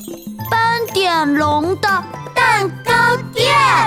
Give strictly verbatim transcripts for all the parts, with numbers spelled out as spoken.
斑点龙的蛋糕店。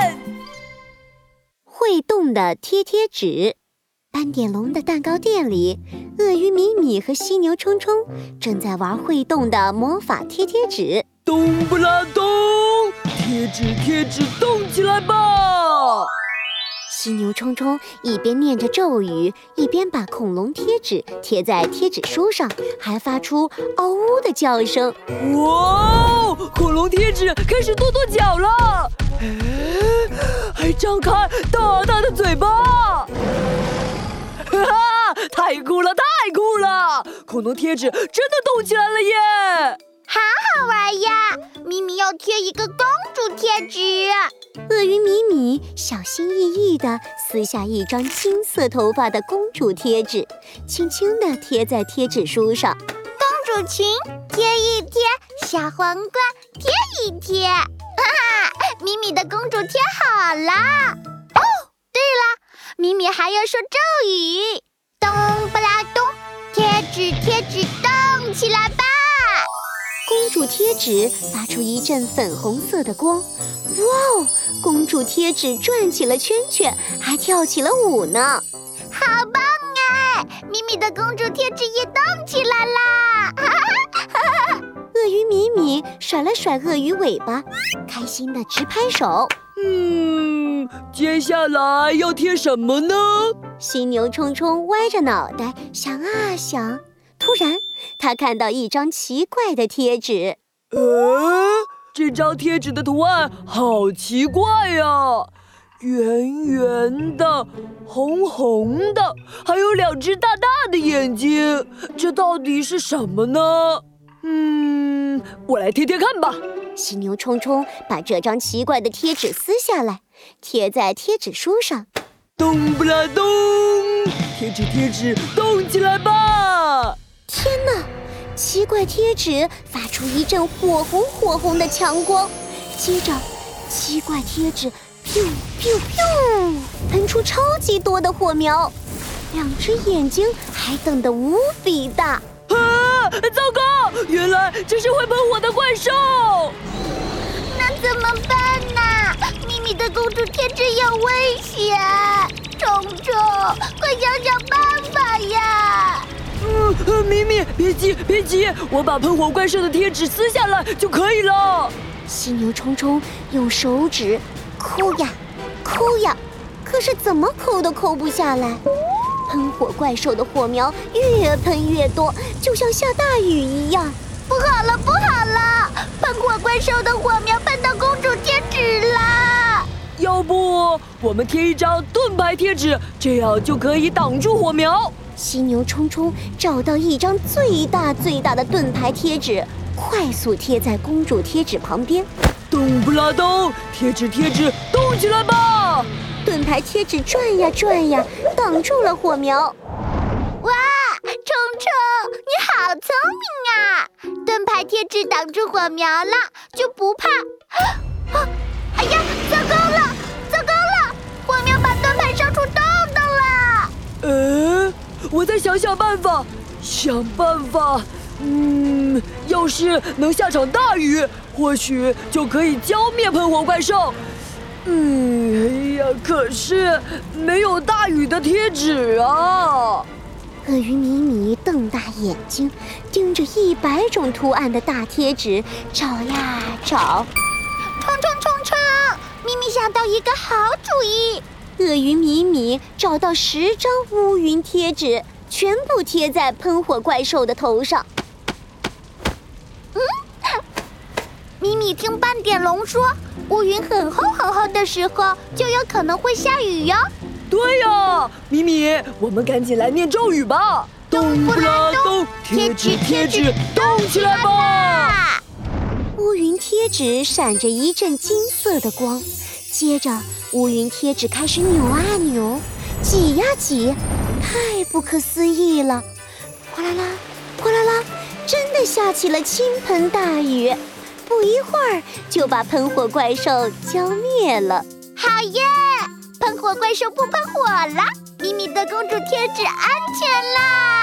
会动的贴贴纸。斑点龙的蛋糕店里，鳄鱼米米和犀牛冲冲正在玩会动的魔法贴贴纸。 动不啦动，贴纸贴纸动起来吧！ 犀牛冲冲一边念着咒语，一边把恐龙贴纸贴在贴纸书上，还发出嗷呜的叫声。 哇，恐龙贴纸开始跺跺脚了，还张开大大的嘴巴。哈哈，太酷了，太酷了！恐龙贴纸真的动起来了耶！ 好好玩呀！咪咪要贴一个公主贴纸。 鳄鱼米米小心翼翼地撕下一张金色头发的公主贴纸，轻轻地贴在贴纸书上。 公主裙贴一贴，小皇冠贴一贴，哈哈，咪咪的公主贴好啦！哦，对了，咪咪还要说咒语，咚不啦咚，贴纸贴纸动起来吧！ 公主贴纸发出一阵粉红色的光，哇哦！公主贴纸转起了圈圈，还跳起了舞呢， 好棒哎！咪咪的公主贴纸也动起来啦！ 鳄鱼米米甩了甩鳄鱼尾巴，开心地直拍手。 嗯，接下来要贴什么呢？ 犀牛冲冲歪着脑袋想啊想，突然他看到一张奇怪的贴纸。 呃，这张贴纸的图案好奇怪呀，圆圆的，红红的，还有两只大大的眼睛，这到底是什么呢？嗯，我来贴贴看吧。 犀牛冲冲把这张奇怪的贴纸撕下来，贴在贴纸书上。 动不啦动，贴纸贴纸动起来吧！ 天哪！奇怪贴纸发出一阵火红火红的强光，接着奇怪贴纸 biu biu biu 喷出超级多的火苗，两只眼睛还瞪得无比大。 啊！糟糕，原来这是会喷火的怪兽。 那怎么办呢？咪咪的公主贴纸有危险，冲冲，快想想办法呀！ 呃，咪咪，别急，别急，我把喷火怪兽的贴纸撕下来就可以了。 犀牛冲冲用手指抠呀抠呀，可是怎么抠都抠不下来。喷火怪兽的火苗越喷越多，就像下大雨一样。 不好了，不好了！喷火怪兽的火苗喷到公主贴纸了。 要不我们贴一张盾牌贴纸，这样就可以挡住火苗。 犀牛冲冲找到一张最大最大的盾牌贴纸，快速贴在公主贴纸旁边。 动不啦动，贴纸贴纸动起来吧！ 盾牌贴纸转呀转呀，挡住了火苗。 哇，冲冲，你好聪明啊！盾牌贴纸挡住火苗了，就不怕。啊！哎呀，糟糕了，糟糕了！火苗把盾牌烧出洞洞了。 呃，我再想想办法，想办法。嗯，要是能下场大雨，或许就可以浇灭喷火怪兽。嗯，哎呀，可是没有大雨的贴纸啊！ 鳄鱼米米瞪大眼睛，盯着一百种图案的大贴纸找呀找。 冲冲冲冲！咪咪想到一个好主意。 鳄鱼米米找到十张乌云贴纸，全部贴在喷火怪兽的头上。 嗯，咪咪听斑点龙说，乌云很厚很厚的时候，就有可能会下雨哟。 对呀，咪咪，我们赶紧来念咒语吧！动不啦动，贴纸贴纸动起来吧！ 乌云贴纸闪着一阵金色的光，接着乌云贴纸开始扭啊扭，挤呀挤，太不可思议了！哗啦啦，哗啦啦，真的下起了倾盆大雨，不一会儿就把喷火怪兽浇灭了。 好耶！喷火怪兽不喷火了，咪咪的公主贴纸安全啦！